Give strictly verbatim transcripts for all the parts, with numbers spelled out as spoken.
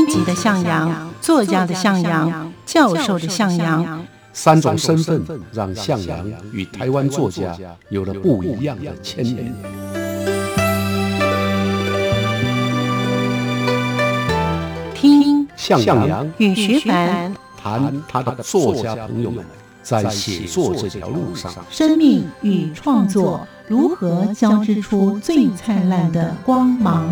编辑的向阳，作家的向阳，教授的向阳， 三种身份让向阳与台湾作家有了不一样的牵连。 听向阳与徐凡谈他的作家朋友们在写作这条路上， 生命与创作如何交织出最灿烂的光芒。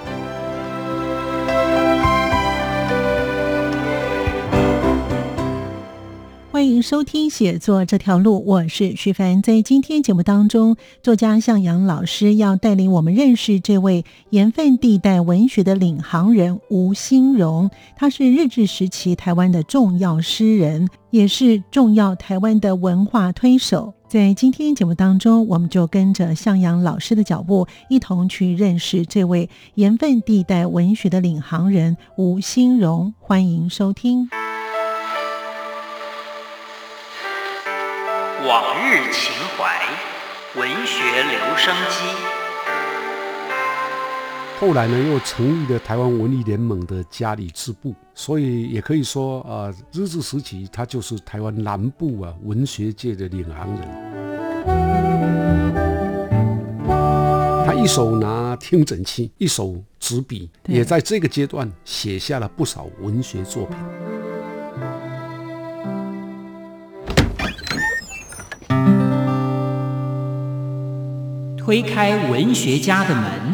欢迎收听写作这条路，我是徐凡。在今天节目当中，作家向阳老师要带领我们认识这位盐分地带文学的领航人吴新荣。他是日治时期台湾的重要诗人，也是重要台湾的文化推手。在今天节目当中，我们就跟着向阳老师的脚步，一同去认识这位盐分地带文学的领航人吴新荣。欢迎收听往日情怀，文学留声机。 后来呢，又成立了台湾文艺联盟的嘉里支部，所以也可以说啊、呃，日治时期他就是台湾南部啊文学界的领航人。他一手拿听诊器，一手执笔，也在这个阶段写下了不少文学作品。 推开文学家的门。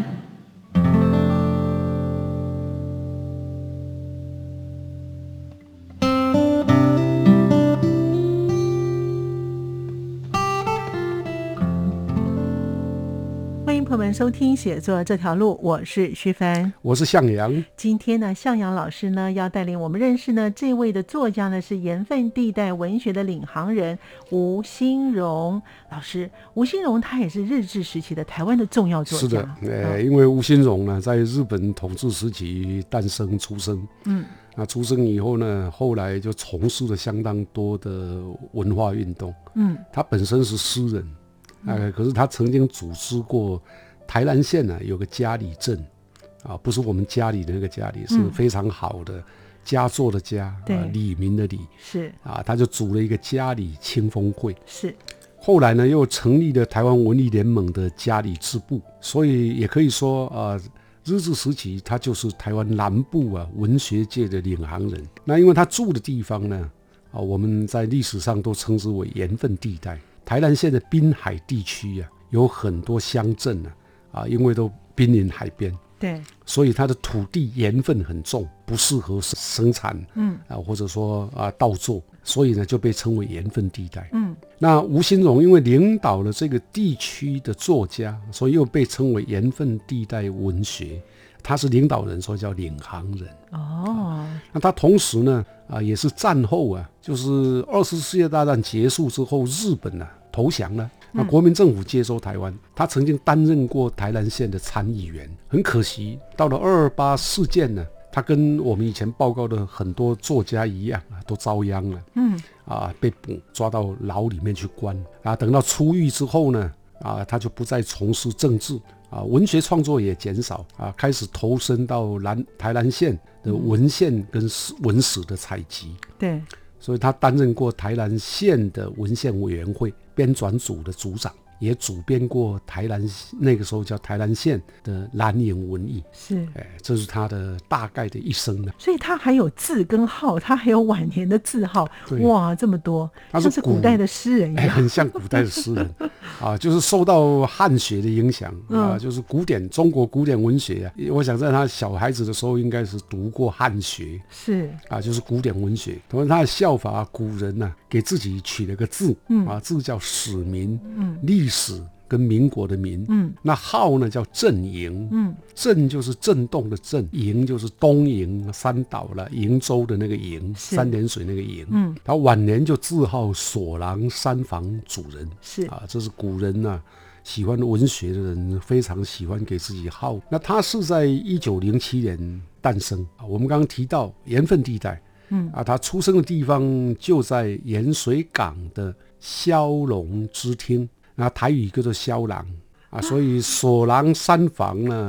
欢迎朋友们收听写作这条路，我是徐凡， 我是向阳。 今天呢，向阳老师呢要带领我们认识呢这位的作家呢是盐分地带文学的领航人吴新荣老师。吴新荣他也是日治时期的台湾的重要作家。 是的，呃，因为吴新荣呢在日本统治时期诞生出生，嗯，那出生以后呢，后来就从事了相当多的文化运动，嗯，他本身是诗人。呃，可是他曾经组织过台南县呢、啊、有个嘉里镇啊，不是我们家里的那个嘉里，是非常好的佳作的佳，啊，李明的李， 是啊， 他就组了一个嘉里清风会， 是。 后来呢，又成立了台湾文艺联盟的嘉里支部，所以也可以说啊、呃，日治时期他就是台湾南部啊文学界的领航人。那因为他住的地方呢，啊，我们在历史上都称之为盐分地带。台南县的滨海地区啊，有很多乡镇啊，啊，因为都濒临海边，对，所以它的土地盐分很重，不适合生产，嗯，啊，或者说啊稻作，所以呢就被称为盐分地带。嗯，那吴新荣因为领导了这个地区的作家，所以又被称为盐分地带文学。他是领导人，所以叫领航人。哦，那他同时呢，啊，也是战后啊，就是二次世界大战结束之后，日本啊投降了，那国民政府接收台湾。他曾经担任过台南县的参议员，很可惜，到了二二八事件呢，他跟我们以前报告的很多作家一样啊，都遭殃了。嗯，啊，被捕抓到牢里面去关啊，等到出狱之后呢，啊，他就不再从事政治。啊，文学创作也减少啊，开始投身到南台南县的文献跟文史的采集。对，所以他担任过台南县的文献委员会编纂组的组长，也主编过台南那个时候叫台南县的蓝营文艺。是，哎，这是他的大概的一生呢。 所以他还有字跟号，他还有晚年的字号，哇，这么多，他是古代的诗人一样， 哎，很像古代的诗人。啊，就是受到汉学的影响啊、嗯，就是古典中国古典文学啊。我想在他小孩子的时候，应该是读过汉学，是啊，就是古典文学。同时，他的效法、啊、古人呢、啊，给自己取了个字，嗯啊，字叫史民，嗯，历史跟民国的民，嗯，那号呢叫震营，嗯，震就是震动的震，营就是东营三岛了，瀛洲的那个瀛，三点水那个瀛，嗯，他晚年就自号锁廊山房主人，是啊，这是古人啊喜欢文学的人非常喜欢给自己号。那他是在一九零七年诞生啊，我们刚刚提到盐分地带，嗯啊，他出生的地方就在盐水港的骁龙之厅。那台语叫做萧郎啊，所以锁廊山房呢，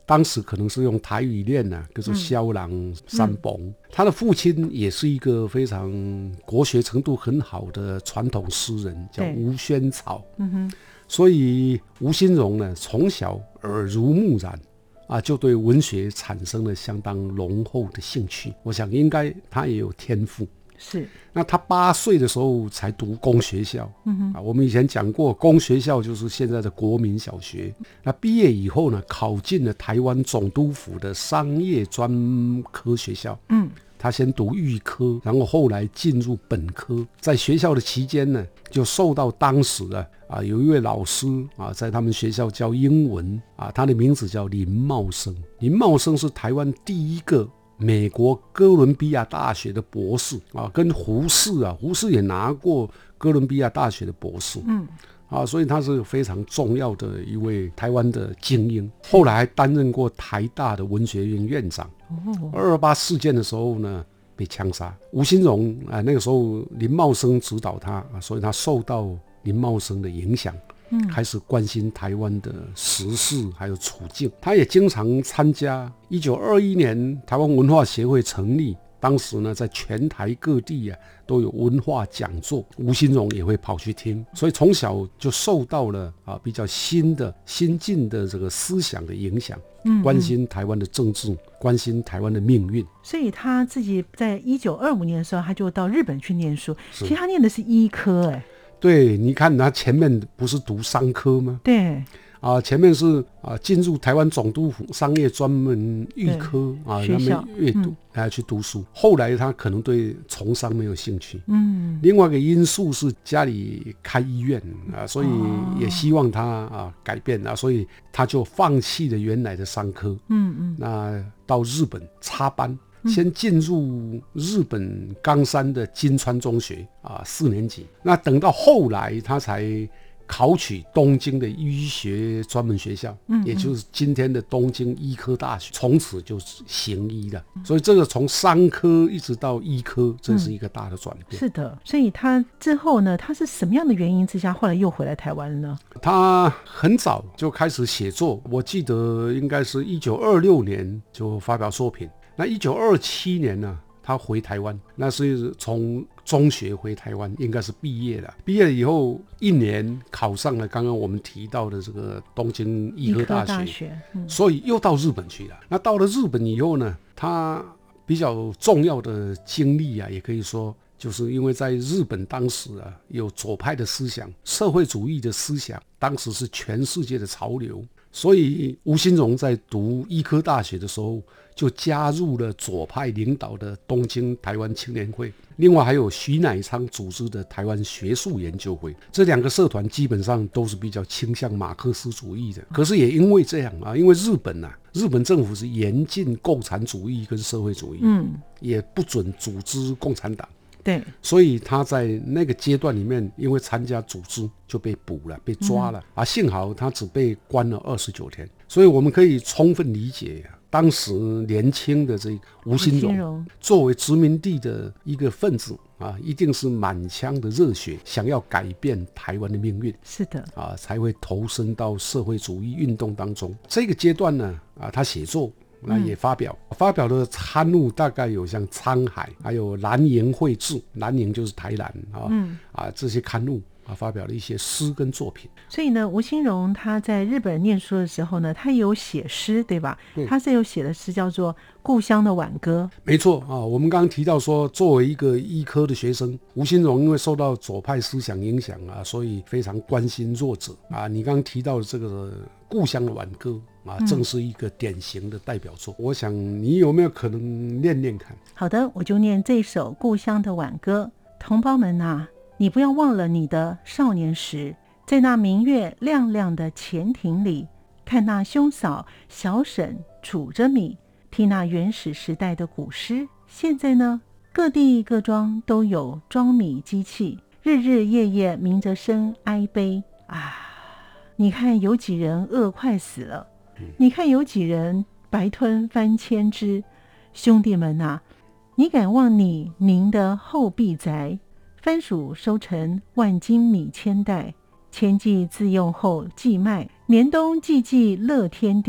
当时可能是用台语念呢、啊，叫做萧郎三崩、嗯。他的父亲也是一个非常国学程度很好的传统诗人，叫吴宣草。嗯哼，所以吴新荣呢，从小耳濡目染啊，就对文学产生了相当浓厚的兴趣。我想应该他也有天赋。 是， 那他八岁的时候才读公学校，嗯哼啊，我们以前讲过，公学校就是现在的国民小学。那毕业以后呢，考进了台湾总督府的商业专科学校，嗯，他先读预科，然后后来进入本科。在学校的期间呢，就受到当时的啊有一位老师啊，在他们学校教英文啊，他的名字叫林茂生。林茂生是台湾第一个美国哥伦比亚大学的博士啊，跟胡适啊，胡适也拿过哥伦比亚大学的博士，嗯，啊，所以他是非常重要的一位台湾的精英。后来还担任过台大的文学院院长。二二八事件的时候呢，被枪杀。吴新荣啊，那个时候林茂生指导他啊，所以他受到林茂生的影响。开始关心台湾的时事还有处境，他也经常参加。一九二一年台湾文化协会成立，当时呢在全台各地啊都有文化讲座，吴新荣也会跑去听，所以从小就受到了啊比较新的新进的这个思想的影响，嗯嗯关心台湾的政治，关心台湾的命运。 所以他自己在一九二五年的时候，他就到日本去念书。其实他念的是医科，哎。 对，你看他前面不是读商科吗？ 对啊，前面是啊进入台湾总督府商业专门预科啊，那么阅读还要去读书。后来他可能对从商没有兴趣，嗯，另外一个因素是家里开医院啊，所以也希望他啊改变啊，所以他就放弃了原来的商科，嗯嗯，那到日本插班。先进入日本冈山的金川中学啊，四年级。那等到后来，他才考取东京的医学专门学校，嗯嗯也就是今天的东京医科大学，从此就行医了。所以这个从商科一直到医科，这是一个大的转变。 嗯、是的，所以他之后呢，他是什么样的原因之下，后来又回来台湾了呢？ 他很早就开始写作，我记得应该是一九二六年就发表作品。那一九二七年呢，他回台湾，那是从中学回台湾，应该是毕业了。毕业了以后一年考上了刚刚我们提到的这个东京医科大学，大学嗯、所以又到日本去了。那到了日本以后呢，他比较重要的经历啊，也可以说就是因为在日本当时啊有左派的思想，社会主义的思想，当时是全世界的潮流。所以吴新荣在读医科大学的时候，就加入了左派领导的东京台湾青年会，另外还有徐乃昌组织的台湾学术研究会。这两个社团基本上都是比较倾向马克思主义的。可是也因为这样啊，因为日本啊，日本政府是严禁共产主义跟社会主义，嗯，也不准组织共产党。 对， 所以他在那个阶段里面，因为参加组织就被捕了，被抓了、嗯、啊。幸好他只被关了二十九天，所以我们可以充分理解、啊、当时年轻的这个吴新荣作为殖民地的一个分子啊，一定是满腔的热血，想要改变台湾的命运。 是的啊，才会投身到社会主义运动当中。这个阶段呢，啊，他写作。那也发表、嗯、发表的刊物大概有像《沧海》，还有《蓝营绘志》，蓝营就是台南啊、嗯、啊这些刊物啊，发表了一些诗跟作品。 所以呢，吴新荣他在日本念书的时候呢，他有写诗，对吧？对，他是有写的诗叫做《故乡的挽歌》。 没错啊，我们刚刚提到说，作为一个医科的学生，吴新荣因为受到左派思想影响啊，所以非常关心弱者啊。你刚刚提到的这个《故乡的挽歌》啊，正是一个典型的代表作、嗯、我想你有没有可能念念看？ 好的，我就念这首《故乡的挽歌》。同胞们啊，你不要忘了你的少年时，在那明月亮亮的前庭里，看那兄嫂小婶煮着米，听那原始时代的古诗。现在呢，各地各庄都有装米机器，日日夜夜鸣着声哀悲啊！你看有几人饿快死了，你看有几人白吞翻千只。兄弟们啊，你敢忘你您的后壁宅，番薯收成万斤米千袋，千计自用后寄卖，年冬季季乐天地，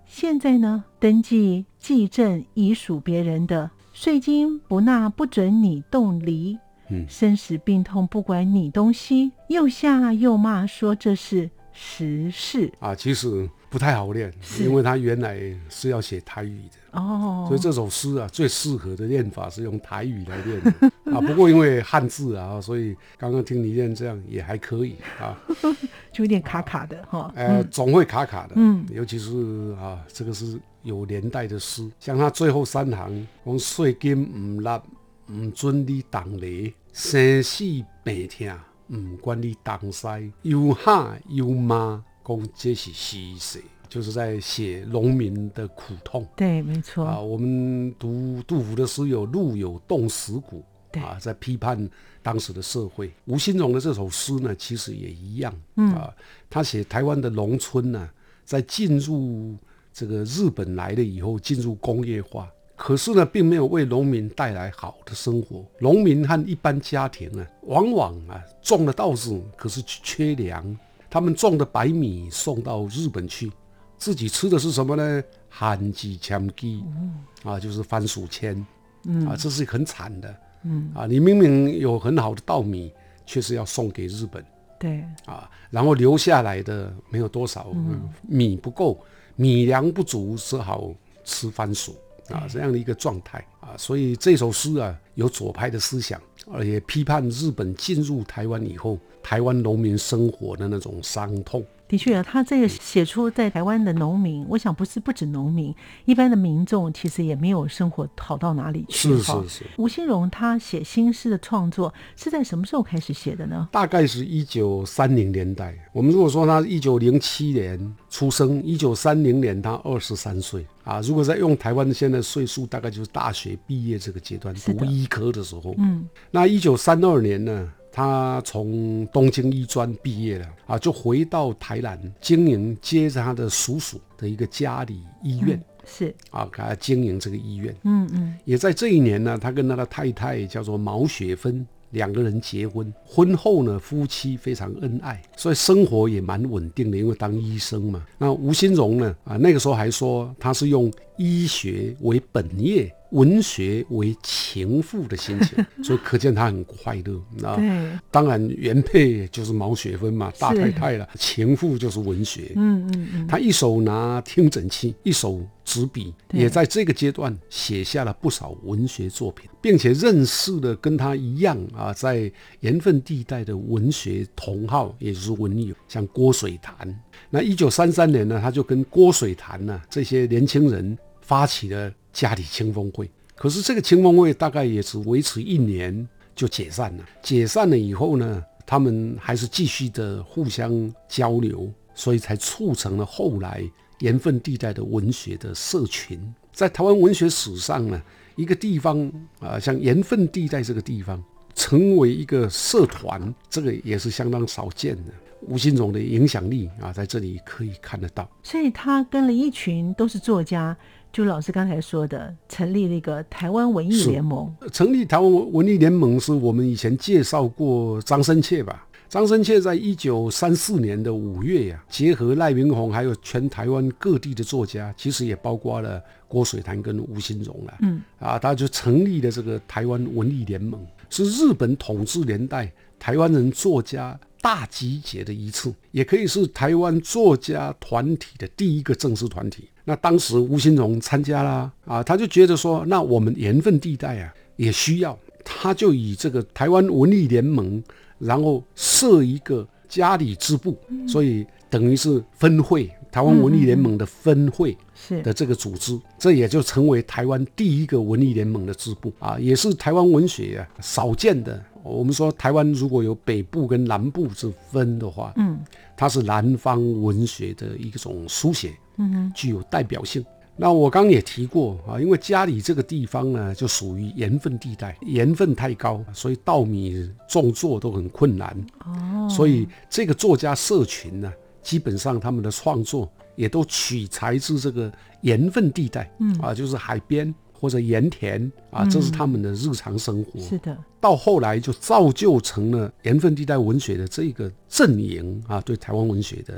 现在呢，登记继证已属别人的，税金不纳不准你动离。 嗯， 生死病痛不管你东西，又吓又骂说这是时事啊，其实不太好念，因为他原来是要写台语的哦， 所以这首诗啊，最适合的念法是用台语来念的啊。不过因为汉字啊，所以刚刚听你念这样也还可以啊， 就有点卡卡的哈。 呃，总会卡卡的， 嗯， 尤其是啊，这个是有年代的诗，像他最后三行讲税金唔纳唔准你动雷，生死病痛唔管你东西，又喊又骂，讲这是时势，就是在写农民的苦痛。 对，没错啊。我们读杜甫的诗有“路有冻死骨”，啊，在批判当时的社会。吴新荣的这首诗呢，其实也一样。嗯啊，他写台湾的农村呢，在进入这个日本来了以后，进入工业化。可是呢，并没有为农民带来好的生活。农民和一般家庭啊，往往啊种了稻子，可是缺粮。他们种的白米送到日本去，自己吃的是什么呢？番薯签鸡，啊，就是番薯签，嗯、啊，这是很惨的。嗯啊，你明明有很好的稻米，却是要送给日本。 对啊，然后留下来的没有多少，嗯、米不够，米粮不足，只好吃番薯。啊，这样的一个状态啊，所以这首诗啊有左派的思想，而且批判日本进入台湾以后，台湾农民生活的那种伤痛。 的确，他这个写出在台湾的农民，我想不是不止农民，一般的民众其实也没有生活好到哪里去。 是是是。 吴新荣他写新诗的创作是在什么时候开始写的呢？ 大概是一九三零年代。我们如果说他一九零七年出生，一九三零年他二十三岁啊。如果再用台湾现在岁数，大概就是大学毕业这个阶段，读医科的时候。嗯。那一九三二年呢？他从东京医专毕业了啊，就回到台南经营，接着他的叔叔的一个家里医院、嗯、 是啊，给他经营这个医院。 嗯嗯， 也在这一年呢，他跟他的太太叫做毛雪芬，两个人结婚。婚后呢，夫妻非常恩爱，所以生活也蛮稳定的，因为当医生嘛。那吴新荣呢啊，那个时候还说他是用医学为本业，文学为情妇的心情，所以可见他很快乐。 对， 当然原配就是毛雪芬嘛，大太太了，情妇就是文学。嗯嗯嗯，他一手拿听诊器，一手执笔，也在这个阶段写下了不少文学作品，并且认识了跟他一样啊，在盐分地带的文学同好，也就是文友，像郭水潭。那一九三三年呢，他就跟郭水潭呢、啊、这些年轻人发起了家里青风会。可是这个青风会大概也只维持一年就解散了。解散了以后呢，他们还是继续的互相交流，所以才促成了后来盐分地带的文学的社群。在台湾文学史上呢，一个地方啊、呃，像盐分地带这个地方成为一个社团，这个也是相当少见的。吴新荣的影响力啊，在这里可以看得到。 所以他跟了一群都是作家，就老师刚才说的，成立了一个台湾文艺联盟。 成立台湾文艺联盟是我们以前介绍过张深切吧？张深切在一九三四年的五月呀、啊，结合赖明宏还有全台湾各地的作家，其实也包括了郭水潭跟吴新荣了。嗯，啊，他就成立了这个台湾文艺联盟，是日本统治年代台湾人作家大集结的一次，也可以是台湾作家团体的第一个正式团体。那当时吴新荣参加啦，啊，他就觉得说，那我们盐分地带啊也需要，他就以这个台湾文艺联盟，然后设一个家里支部，嗯、所以等于是分会，台湾文艺联盟的分会的这个组织，嗯、这也就成为台湾第一个文艺联盟的支部啊，也是台湾文学啊少见的。我们说台湾如果有北部跟南部之分的话，嗯，它是南方文学的一种书写，嗯，具有代表性。那我刚刚也提过啊，因为家里这个地方呢，就属于盐分地带，盐分太高，所以稻米种作都很困难。哦，所以这个作家社群呢，基本上他们的创作也都取材自这个盐分地带，嗯啊，就是海边或者盐田啊，这是他们的日常生活。嗯、是的，到后来就造就成了盐分地带文学的这个阵营啊，对台湾文学的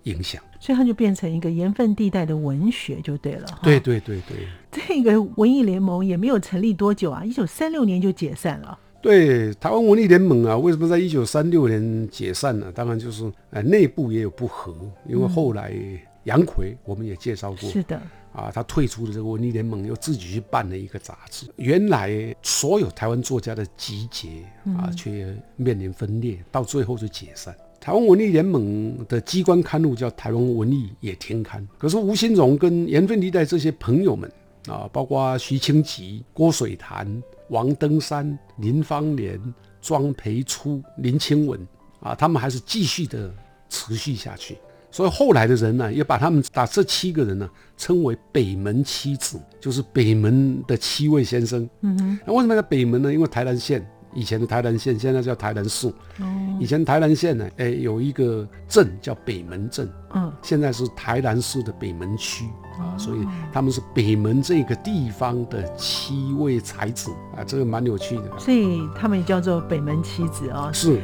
影响， 所以它就变成一个盐分地带的文学就对了。 对对对对， 这个文艺联盟也没有成立多久啊，一九三六年就解散了。 对，台湾文艺联盟啊，为什么在一九三六年解散呢？当然就是呃内部也有不和，因为后来杨逵我们也介绍过， 是的啊，他退出的这个文艺联盟，又自己去办了一个杂志。原来所有台湾作家的集结啊，却面临分裂，到最后就解散。台湾文艺联盟的机关刊物叫台湾文艺也停刊，可是吴新荣跟盐分地带这些朋友们啊，包括徐清吉、郭水潭、王登山、林芳莲、庄培初、林清文啊，他们还是继续的持续下去。所以后来的人呢、啊，也把他们把这七个人呢、啊、称为北门七子，就是北门的七位先生。嗯哼，那为什么叫北门呢？因为台南县以前的台南县现在叫台南市。哦，以前台南县呢，哎，有一个镇叫北门镇。嗯，现在是台南市的北门区啊，所以他们是北门这个地方的七位才子啊，这个蛮有趣的。 所以他们也叫做北门七子啊、哦。 是。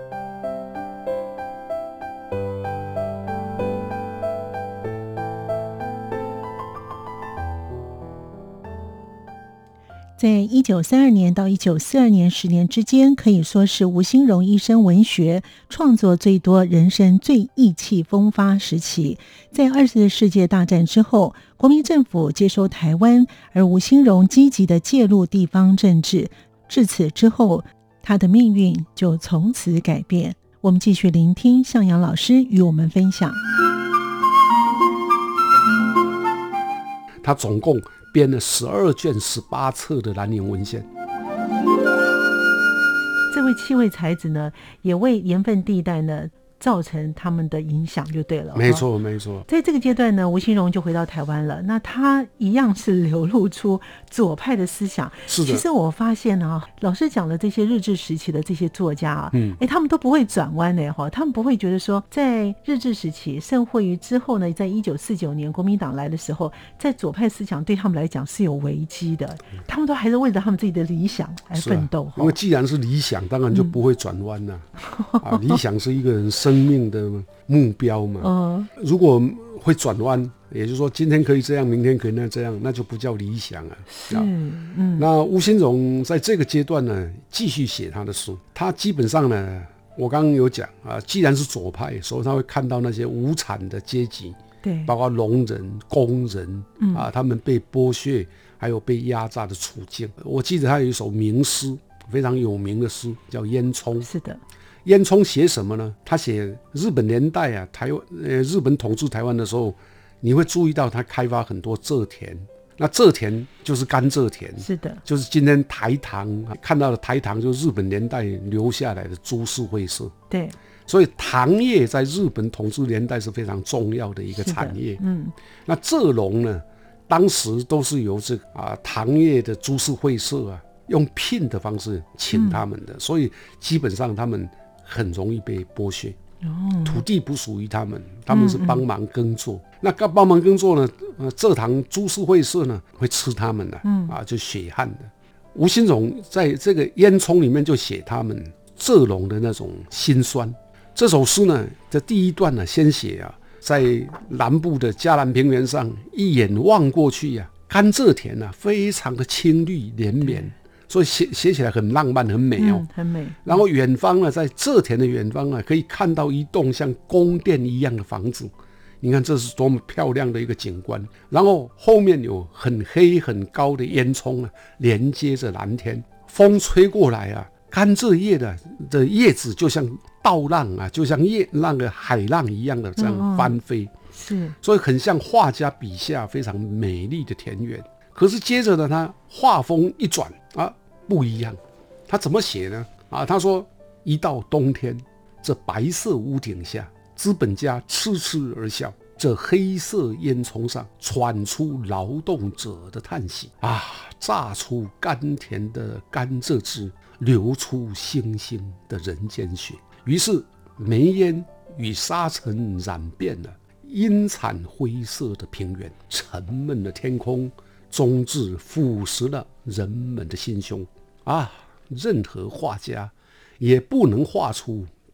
在一九三二年到一九四二年十年之间，可以说是吴新荣一生文学创作最多、人生最意气风发时期。在二次世界大战之后，国民政府接收台湾，而吴新荣积极的介入地方政治，至此之后，他的命运就从此改变。我们继续聆听向阳老师与我们分享。 他总共编了十二卷十八册的兰陵文献。 这位七位才子呢，也为盐分地带呢造成他们的影响就对了。 没错没错。 在这个阶段呢，吴新荣就回到台湾了，那他一样是流露出左派的思想。 是的。 其实我发现啊，老师讲的这些日治时期的这些作家啊，嗯，哎，他们都不会转弯的哈，他们不会觉得说，在日治时期盛会于之后呢，在一九四九年国民党来的时候，在左派思想对他们来讲是有危机的，嗯、他们都还是为了他们自己的理想来奋斗。 啊、因为既然是理想，当然就不会转弯了、嗯啊。理想是一个人生命的目标嘛，嗯，如果会转弯，也就是说今天可以这样，明天可以那这样，那就不叫理想啊。 是，嗯， 那吴新荣在这个阶段呢，继续写他的书，他基本上呢，我刚刚有讲啊，既然是左派，所以他会看到那些无产的阶级，对，包括农人、工人、嗯、啊，他们被剥削，还有被压榨的处境。我记得他有一首名诗，非常有名的诗，叫《烟囱》。 是的。 烟囱写什么呢？他写日本年代啊，台湾呃日本统治台湾的时候，你会注意到他开发很多蔗田。那蔗田就是甘蔗田， 是的， 就是今天台糖看到的台糖，就是日本年代留下来的株式会社。 对， 所以糖业在日本统治年代是非常重要的一个产业。嗯，那蔗农呢，当时都是由这个啊糖业的株式会社啊，用聘的方式请他们的，嗯、所以基本上他们很容易被剥削，哦、土地不属于他们，他们是帮忙耕作。嗯嗯，那帮忙耕作呢，呃，蔗糖株式会社呢会吃他们的，嗯、啊，就血汗的。吴新荣在这个烟囱里面就写他们蔗农的那种辛酸。这首诗呢，这第一段呢，先写啊，在南部的嘉南平原上，一眼望过去呀、啊，甘蔗田啊，非常的青绿连绵。所以写写起来很浪漫，很美哦， 嗯、很美。 然后远方呢，在蔗田的远方啊，可以看到一栋像宫殿一样的房子。你看这是多么漂亮的一个景观。然后后面有很黑很高的烟囱啊，连接着蓝天。风吹过来啊，甘蔗叶的的叶子就像稻浪啊，就像叶那个海浪一样的这样翻飞。嗯、 是， 所以很像画家笔下非常美丽的田园。可是接着呢，他画风一转啊，不一样。他怎么写呢？啊，他说一到冬天，这白色屋顶下，资本家痴痴而笑，这黑色烟囱上传出劳动者的叹息啊，榨出甘甜的甘蔗汁，流出星星的人间血。于是煤烟与沙尘染遍了阴惨灰色的平原，沉闷的天空终至腐蚀了人们的心胸啊！任何画家也不能画出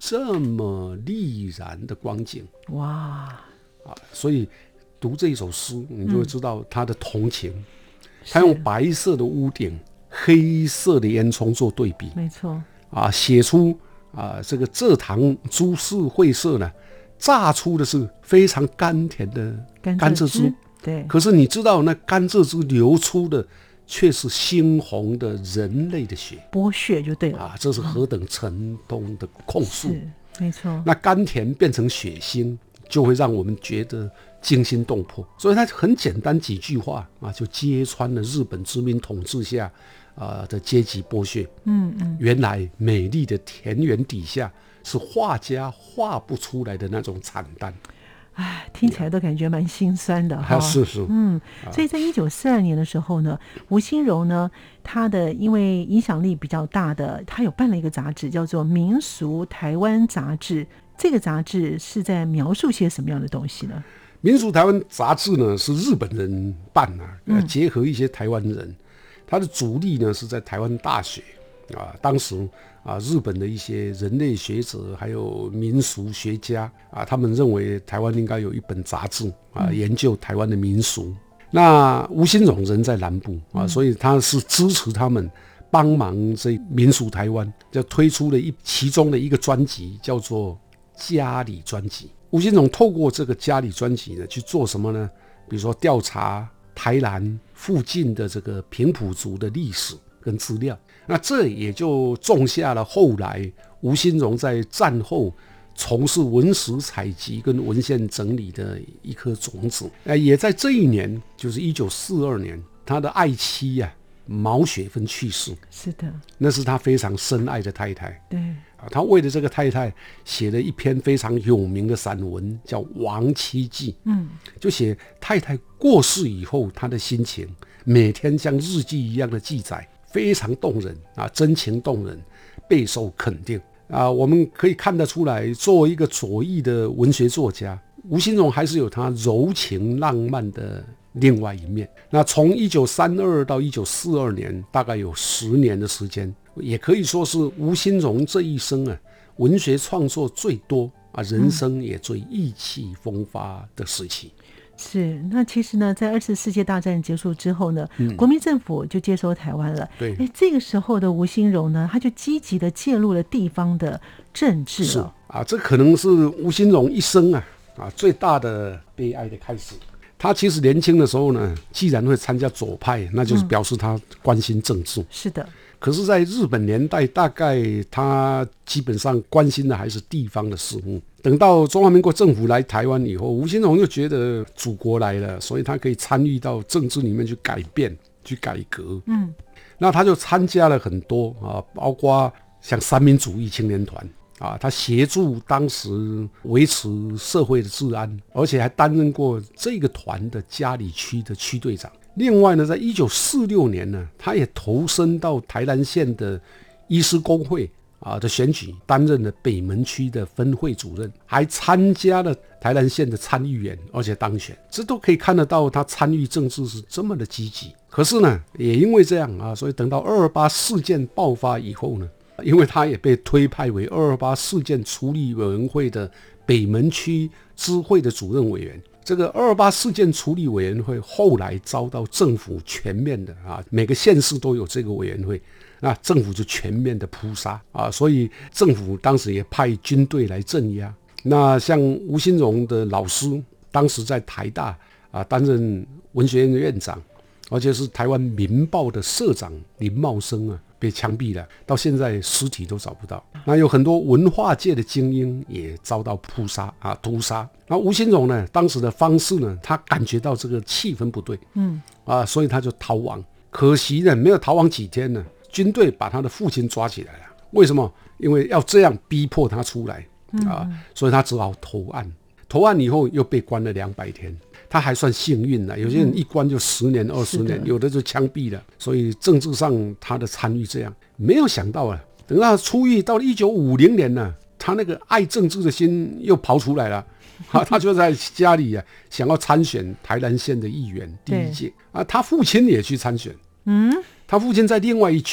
这么丽然的光景。 哇啊，所以读这一首诗，你就会知道他的同情。 嗯、 他用白色的屋顶、黑色的烟囱做对比， 没错啊，写出啊这个蔗糖株式会社呢，榨出的是非常甘甜的甘蔗汁。 对， 可是你知道那甘蔗汁流出的却是猩红的人类的血， 剥削就对了啊！这是何等沉痛的控诉！ 是没错。 那甘甜变成血腥，就会让我们觉得惊心动魄。所以它很简单几句话啊，就揭穿了日本殖民统治下啊的阶级剥削。 嗯嗯， 原来美丽的田园底下是画家画不出来的那种惨淡。 哎，听起来都感觉蛮心酸的哈、 啊。是是， 嗯，所以在一九四二年的时候呢，吴新荣呢，他的因为影响力比较大的，他有办了一个杂志，叫做《民俗台湾杂志》。这个杂志是在描述些什么样的东西呢？《 民俗台湾杂志》呢是日本人办啊，呃、结合一些台湾人，他的主力呢是在台湾大学啊，当时。啊，日本的一些人类学者还有民俗学家啊，他们认为台湾应该有一本杂志啊，研究台湾的民俗。那吴新荣人在南部啊，所以他是支持他们帮忙这民俗台湾，就推出了一其中的一个专辑，叫做家里专辑。吴新荣透过这个家里专辑呢，去做什么呢？比如说调查台南附近的这个平埔族的历史跟资料。那这也就种下了后来吴新荣在战后从事文史采集跟文献整理的一颗种子。呃，也在这一年，就是一九四二年，他的爱妻啊毛雪芬去世。 是的， 那是他非常深爱的太太。 对啊，他为了这个太太写了一篇非常有名的散文，叫《亡妻记》。嗯，就写太太过世以后，他的心情，每天像日记一样的记载。非常动人啊，真情动人，备受肯定啊。我们可以看得出来，作为一个左翼的文学作家，吴新荣还是有他柔情浪漫的另外一面。那从一九三二到一九四二年，大概有十年的时间，也可以说是吴新荣这一生啊，文学创作最多啊，人生也最意气风发的时期。 是，那其实呢，在二次世界大战结束之后呢，嗯、国民政府就接收台湾了。对，哎，这个时候的吴新荣呢，他就积极的介入了地方的政治了。 是啊，这可能是吴新荣一生啊啊最大的悲哀的开始。他其实年轻的时候呢，既然会参加左派，那就是表示他关心政治。嗯、 是的。 可是，在日本年代，大概他基本上关心的还是地方的事务。等到中华民国政府来台湾以后，吴新荣就觉得祖国来了，所以他可以参与到政治里面去改变、去改革。嗯，那他就参加了很多啊，包括像三民主义青年团啊，他协助当时维持社会的治安，而且还担任过这个团的嘉里区的区队长。另外呢，在一九四六年呢，他也投身到台南县的医师公会啊的选举，担任了北门区的分会主任，还参加了台南县的参议员，而且当选。这都可以看得到他参与政治是这么的积极。可是呢，也因为这样啊，所以等到二二八事件爆发以后呢，因为他也被推派为二二八事件处理委员会的北门区支会的主任委员。这个二二八事件处理委员会后来遭到政府全面的啊，每个县市都有这个委员会，那政府就全面的扑杀啊，所以政府当时也派军队来镇压。那像吴新荣的老师，当时在台大啊担任文学院的院长，而且是台湾民报的社长林茂生啊，被枪毙了，到现在尸体都找不到。那有很多文化界的精英也遭到扑杀啊、屠杀。那吴新荣呢，当时的方式呢，他感觉到这个气氛不对，嗯啊，所以他就逃亡。可惜呢，没有逃亡几天呢，军队把他的父亲抓起来了。为什么？因为要这样逼迫他出来啊，所以他只好投案。投案以后又被关了两百天。他还算幸运了，有些人一关就十年、二十年，有的就枪毙了。所以政治上他的参与这样，没有想到啊，等到他出狱到了一九五零年呢，他那个爱政治的心又跑出来了。啊，他就在家里啊，想要参选台南县的议员第一届啊，他父亲也去参选。嗯，他父亲在另外一区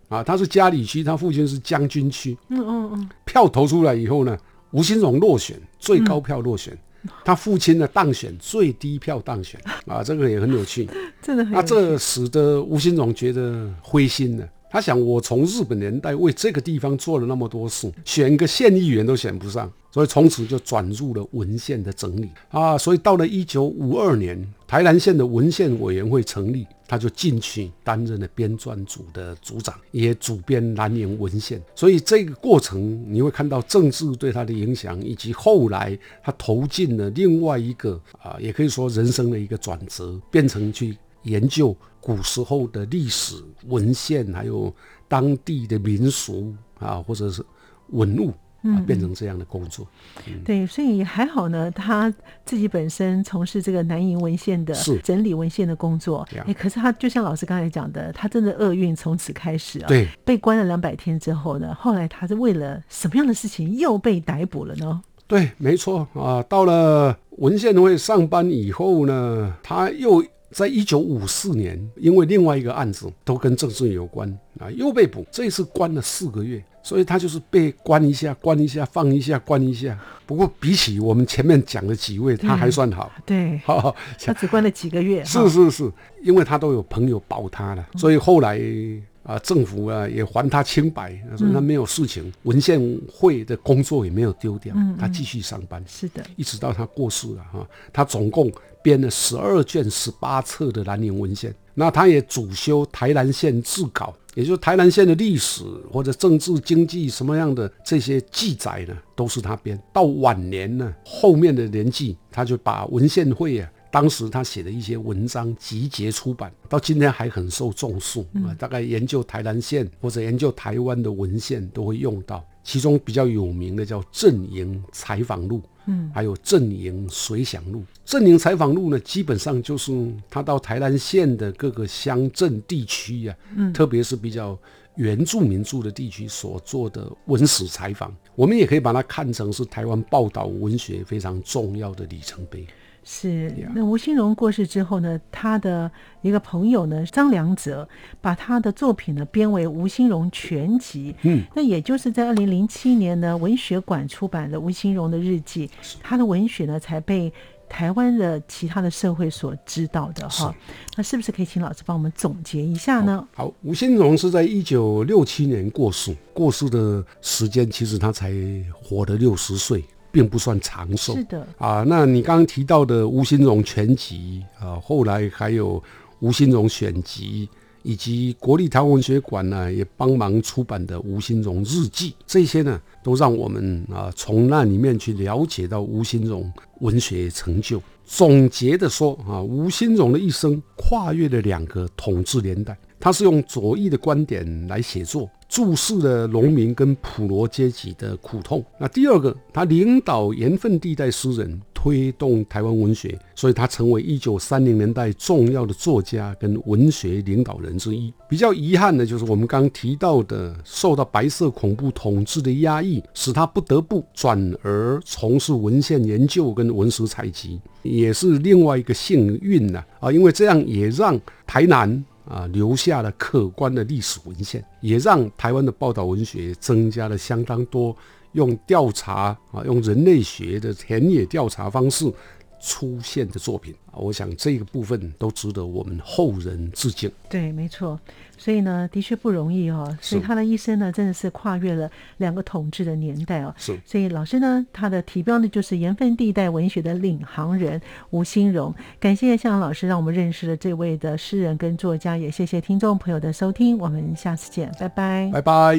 啊，他是嘉里区，他父亲是将军区。 嗯嗯嗯。 票投出来以后呢，吴新荣落选，最高票落选。嗯、他父亲呢当选，最低票当选。啊，这个也很有趣， 真的很有趣。 那这使得吴新荣觉得灰心了。他想，我从日本年代为这个地方做了那么多事，选一个县议员都选不上，所以从此就转入了文献的整理啊。所以到了一九五二年，台南县的文献委员会成立，他就进去担任了编纂组的组长，也主编南营文献。所以这个过程你会看到政治对他的影响，以及后来他投进了另外一个啊，也可以说人生的一个转折，变成去研究古时候的历史文献，还有当地的民俗啊，或者是文物啊，变成这样的工作。 嗯、对，所以还好呢，他自己本身从事这个南营文献的整理文献的工作。哎，可是他就像老师刚才讲的，他真的厄运从此开始啊。 对， 被关了两百天之后呢，后来他是为了什么样的事情又被逮捕了呢？ 对，没错啊。到了文献会上班以后呢，他又在一九五四年，因为另外一个案子都跟政治有关啊，又被捕。这一次关了四个月，所以他就是被关一下、关一下、放一下、关一下。不过比起我们前面讲的几位，他还算好。 对，好，他只关了几个月。 是是是，因为他都有朋友保他了，所以后来啊，政府啊也还他清白，他说他没有事情，嗯、文献会的工作也没有丢掉，嗯嗯他继续上班。 是的， 一直到他过世了哈，他总共编了十二卷十八册的南营文献。那他也主修台南县志稿，也就是台南县的历史或者政治经济什么样的这些记载呢，都是他编。到晚年呢，后面的年纪，他就把文献会啊。当时他写的一些文章集结出版，到今天还很受重视、嗯啊、大概研究台南县或者研究台湾的文献都会用到。其中比较有名的叫镇营采访录，嗯，还有镇营随想录。镇营采访录呢，基本上就是他到台南县的各个乡镇地区啊，嗯，特别是比较原住民住的地区所做的文史采访，我们也可以把它看成是台湾报道文学非常重要的里程碑。 是，那吴新荣过世之后呢，他的一个朋友呢，张良泽，把他的作品呢编为《吴新荣全集》。嗯，那也就是在二零零七年呢，文学馆出版了吴新荣的日记，他的文学呢才被台湾的其他的社会所知道的哈。那是不是可以请老师帮我们总结一下呢？ 好，好，吴新荣是在一九六七年过世，过世的时间其实他才活得六十岁。并不算长寿。 是的啊，那你刚刚提到的吴新荣全集啊，后来还有吴新荣选集，以及国立台湾文学馆呢也帮忙出版的吴新荣日记，这些呢都让我们啊从那里面去了解到吴新荣文学成就。总结的说啊，吴新荣的一生跨越了两个统治年代，他是用左翼的观点来写作，注视了农民跟普罗阶级的苦痛。那第二个，他领导盐分地带诗人推动台湾文学，所以他成为一九三零年代重要的作家跟文学领导人之一。比较遗憾的就是我们刚提到的，受到白色恐怖统治的压抑，使他不得不转而从事文献研究跟文史采集，也是另外一个幸运啊，啊因为这样也让台南啊，留下了可观的历史文献，也让台湾的报道文学增加了相当多用调查啊，用人类学的田野调查方式出现的作品。我想这个部分都值得我们后人致敬。 对，没错。所以呢，的确不容易哦。所以他的一生呢，真的是跨越了两个统治的年代哦。 是。 所以老师呢，他的题标呢就是盐分地带文学的领航人吴新荣。感谢向阳老师让我们认识了这位的诗人跟作家，也谢谢听众朋友的收听，我们下次见，拜拜。 拜拜。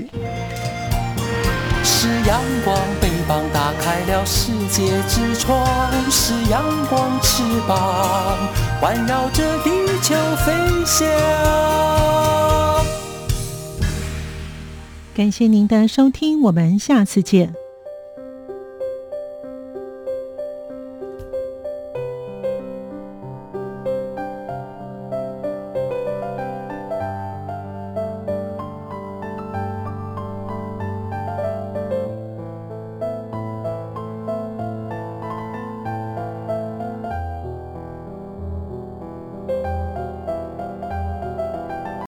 是阳光，翅膀打开了世界之窗，是阳光翅膀环绕着地球飞翔。 感谢您的收听，我们下次见。